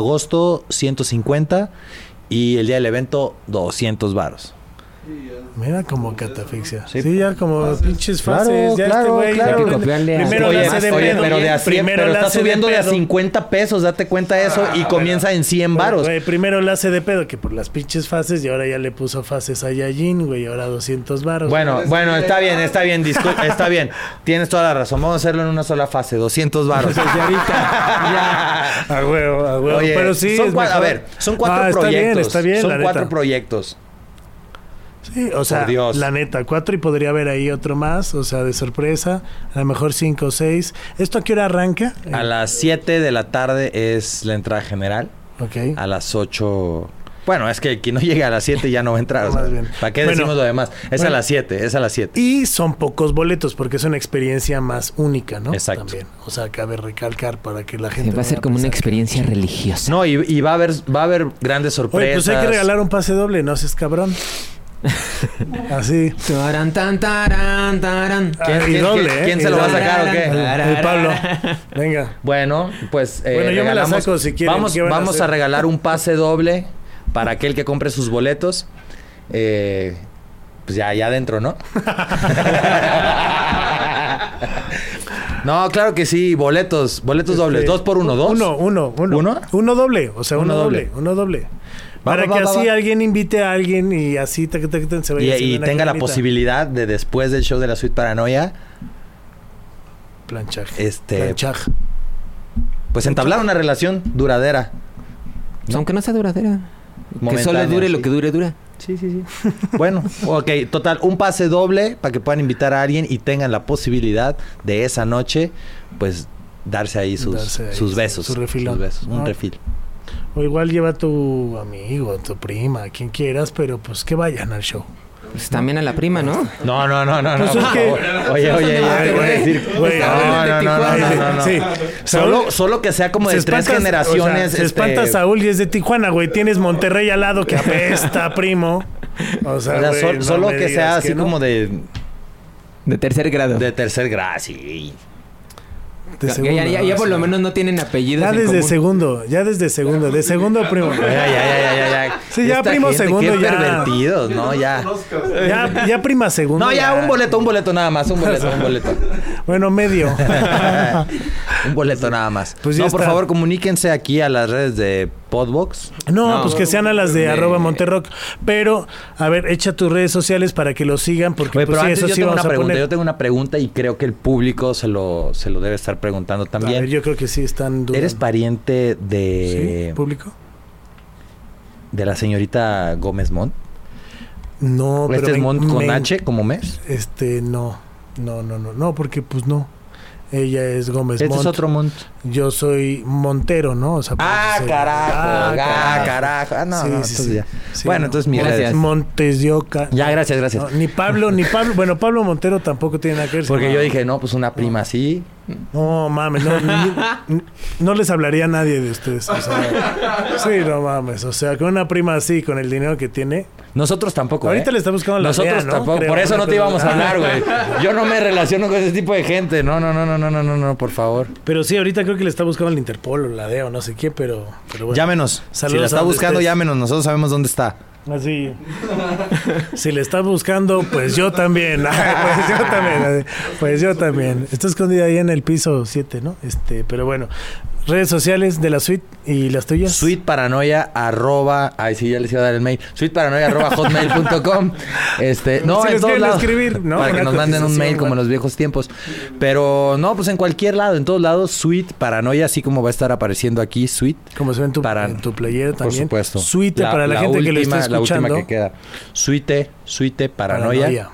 150 y el día del evento 200 varos. Mira como catafixia. Sí, ya como pinches fases. Claro. Primero la hace de pedo. Pero está subiendo de a 50 pesos, date cuenta eso. Y comienza en 100 varos. Güey, primero la hace de pedo que por las pinches fases. Y ahora ya le puso fases a Yajin, güey. Ahora 200 varos. Bueno, está bien. Está bien. Tienes toda la razón. Vamos a hacerlo en una sola fase. 200 varos. Ya. A huevo. Oye, pero sí. Son 4 proyectos. Está bien, son 4 proyectos. Sí, o sea, la neta, 4 y podría haber ahí otro más, o sea, de sorpresa, a lo mejor 5 o 6. ¿Esto a qué hora arranca? A las 7 de la tarde es la entrada general. Ok. A las 8... Bueno, es que quien no llegue a las 7 ya no va a entrar. ¿Para qué decimos lo demás? A las 7, Y son pocos boletos porque es una experiencia más única, ¿no? Exacto. También. O sea, cabe recalcar para que la gente... va a ser como una experiencia religiosa. No, y va a haber grandes sorpresas. Oye, pues hay que regalar un pase doble, no seas cabrón. Así. Taran, tan, taran, taran. ¿Quién se lo va a sacar o qué? El Pablo. Venga. Bueno, pues bueno, yo me la saco si quieren. Vamos a regalar un pase doble para aquel que compre sus boletos. Pues ya adentro, ¿no? No, claro que sí, boletos dobles, 2 por 1, 2. Uno doble, o sea, uno doble. Para que así alguien invite a alguien y así se vaya y tenga la posibilidad de después del show de la Suite Paranoia planchar. Pues entablar una relación duradera. ¿No? Aunque no sea duradera. Que solo dure lo que dura. Sí. Bueno, ok, total, un pase doble para que puedan invitar a alguien y tengan la posibilidad de esa noche, pues, darse ahí sus besos. Su refilón. Sus besos, un refil. O igual lleva a tu amigo, tu prima, a quien quieras, pero pues que vayan al show. Pues también a la prima, ¿no? No. Pues es que... Oye, no. Sí. Solo que sea como de 3 generaciones. O sea, se espanta Saúl y es de Tijuana, güey. Tienes Monterrey al lado que apesta, primo. O sea, güey, solo que sea así como de tercer grado. De tercer grado, sí. Ya por lo menos no tienen apellidos. Ya desde segundo. De segundo, primo. Ya. Sí, ya primo segundo, qué ya. pervertidos, ¿no? Ya prima segundo. No, ya un boleto nada más. Un boleto. Bueno, medio. Un boleto nada más. Pues por favor, comuníquense aquí a las redes de Podbox. No, pues que sean a las de @Monterrock. Pero, a ver, echa tus redes sociales para que lo sigan. Porque pero antes eso yo sí tengo vamos una a pregunta. poner. Yo tengo una pregunta y creo que el público se lo debe estar preguntando también. A ver, yo creo que sí están dudando. ¿Eres pariente de... ¿Sí? ¿Público? ¿De la señorita Gómez Montt? No, pero... ¿Este es Montt con H como mes? No, porque pues no. Ella es Gómez Montt. Este es otro Montt. Yo soy Montero, ¿no? O sea, carajo. No, sí. Bueno, entonces mi redes. Montes de Oca. Ya, gracias. No, ni Pablo. Bueno, Pablo Montero tampoco tiene nada que ver. Porque yo dije, no, pues una prima así. No mames, no les hablaría a nadie de ustedes. O sea, sí, no mames. O sea, con una prima así, con el dinero que tiene. Nosotros tampoco. Ahorita le está buscando la Nosotros DEA, tampoco. Creo, por eso no te íbamos a hablar, güey. Yo no me relaciono con ese tipo de gente. No, por favor. Pero sí, ahorita creo que le está buscando el Interpol o la DEA o no sé qué, pero bueno. Llámenos. Saludos, si la está buscando, llámenos. Nosotros sabemos dónde está. Así. Si le está buscando, pues yo también. Pues yo también. Está escondida ahí en el piso 7, ¿no? Pero bueno. Redes sociales de la Suite y las tuyas. Suiteparanoia @ Ay, sí, ya les iba a dar el mail. Suiteparanoia @hotmail.com. No, si en todos lados. Escribir, ¿no? Para que nos manden un mail como en los viejos tiempos. Pero no, pues en cualquier lado, en todos lados, Suite Paranoia, así como va a estar apareciendo aquí, Suite. Como se ve en tu playera también. Por supuesto. Suite para la gente que lo está escuchando. La última que queda. Suite Paranoia.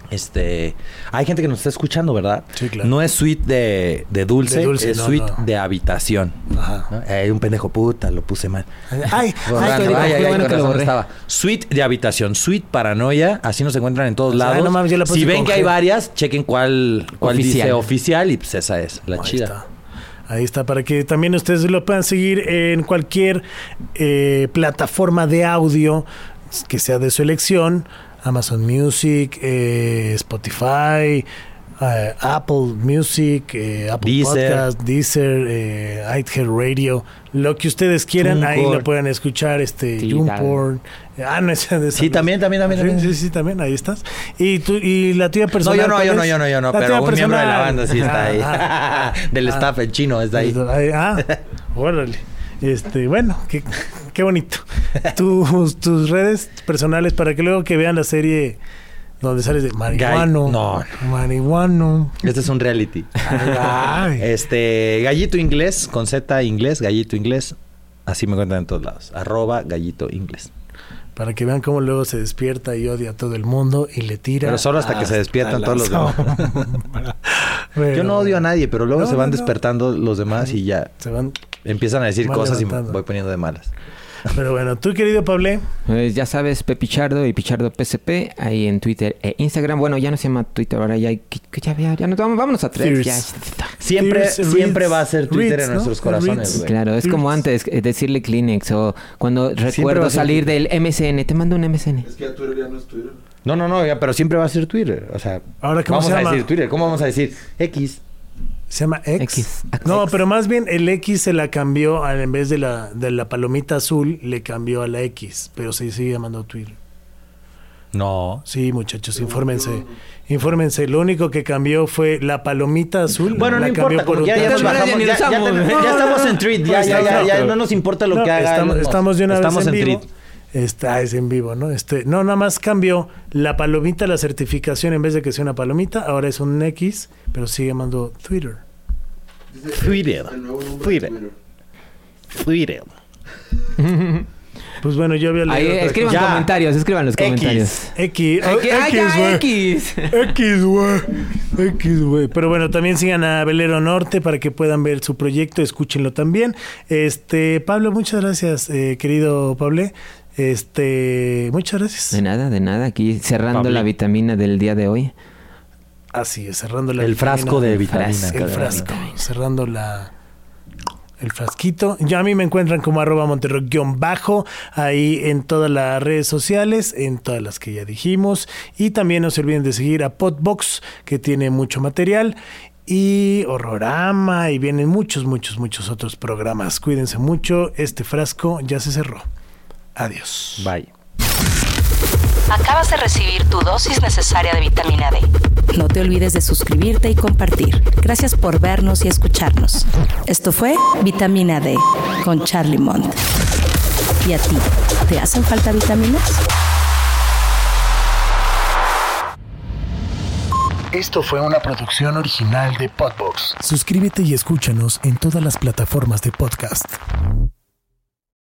Hay gente que nos está escuchando, ¿verdad? Sí, claro. No es suite de dulce, es suite de habitación. Ajá. ¿No? Un pendejo puta, lo puse mal. Ay, estaba. Suite de habitación, Suite Paranoia, así nos encuentran en todos lados. No, mames, si ven que hay varias, chequen cuál dice oficial y pues esa es la chida. Ahí está, para que también ustedes lo puedan seguir en cualquier plataforma de audio que sea de su elección. Amazon Music, Spotify, Apple Music, Apple Podcast, Deezer, iHeartRadio, lo que ustedes quieran, ahí lo pueden escuchar, YouPorn. No, sí, también. Sí, también, ahí estás. Y la tuya personal. No, yo no, pero un miembro de la banda sí está ahí. Del staff, el chino, está ahí. Órale. Bueno, qué bonito. Tus redes personales para que luego que vean la serie donde sales de marihuano. Marihuano. Este es un reality. Gallito Inglés, con Z inglés, Gallito Inglés. Así me encuentran en todos lados. @Gallito Inglés. Para que vean cómo luego se despierta y odia a todo el mundo y le tira. Pero solo hasta que se despiertan todos los demás. Yo no odio a nadie, pero luego se van despertando los demás y ya. Se van. Empiezan a decir cosas levantando. Y me voy poniendo de malas. Pero bueno, tú, querido Pablo. Pues ya sabes, Pepichardo y Pichardo PSP, ahí en Twitter e Instagram. Bueno, ya no se llama Twitter, ahora ya hay... Ya nos vámonos a Threads. Ya. Siempre va a ser Twitter en nuestros corazones, güey. Claro, es como antes decirle Kleenex o cuando recuerdo salir del MSN. Te mando un MSN. Es que ya Twitter ya no es Twitter. No, ya, pero siempre va a ser Twitter. O sea, ahora, ¿cómo vamos se llama? a decir Twitter. ¿Cómo vamos a decir X? ¿Se llama X? No, pero más bien el X se la cambió, en vez de la palomita azul, le cambió a la X, pero se sigue llamando Twitter. No. Sí, muchachos, infórmense. Lo único que cambió fue la palomita azul. Bueno, no importa, como ya estamos en Tweet, ya no nos importa lo que haga. Estamos de una vez en vivo. Es en vivo, ¿no? No, nada más cambió la palomita, la certificación, en vez de que sea una palomita, ahora es un X, pero sigue llamando Twitter. Twitter. Pues bueno, yo había leído. Escriban los comentarios. X, güey. Pero bueno, también sigan a Velero Norte para que puedan ver su proyecto, escúchenlo también. Pablo, muchas gracias, querido Pablo. Muchas gracias. De nada. Aquí cerrando la vitamina del día de hoy. Así es, cerrando la el frasco de vitamina. El frasco, cerrando el frasquito. Ya a mí me encuentran como @Monterrock_, ahí en todas las redes sociales, en todas las que ya dijimos. Y también no se olviden de seguir a Podbox, que tiene mucho material. Y Horrorama, y vienen muchos otros programas. Cuídense mucho. Este frasco ya se cerró. Adiós. Bye. Acabas de recibir tu dosis necesaria de vitamina D. No te olvides de suscribirte y compartir. Gracias por vernos y escucharnos. Esto fue Vitamina D con Charlie Mont. ¿Y a ti? ¿Te hacen falta vitaminas? Esto fue una producción original de Podbox. Suscríbete y escúchanos en todas las plataformas de podcast.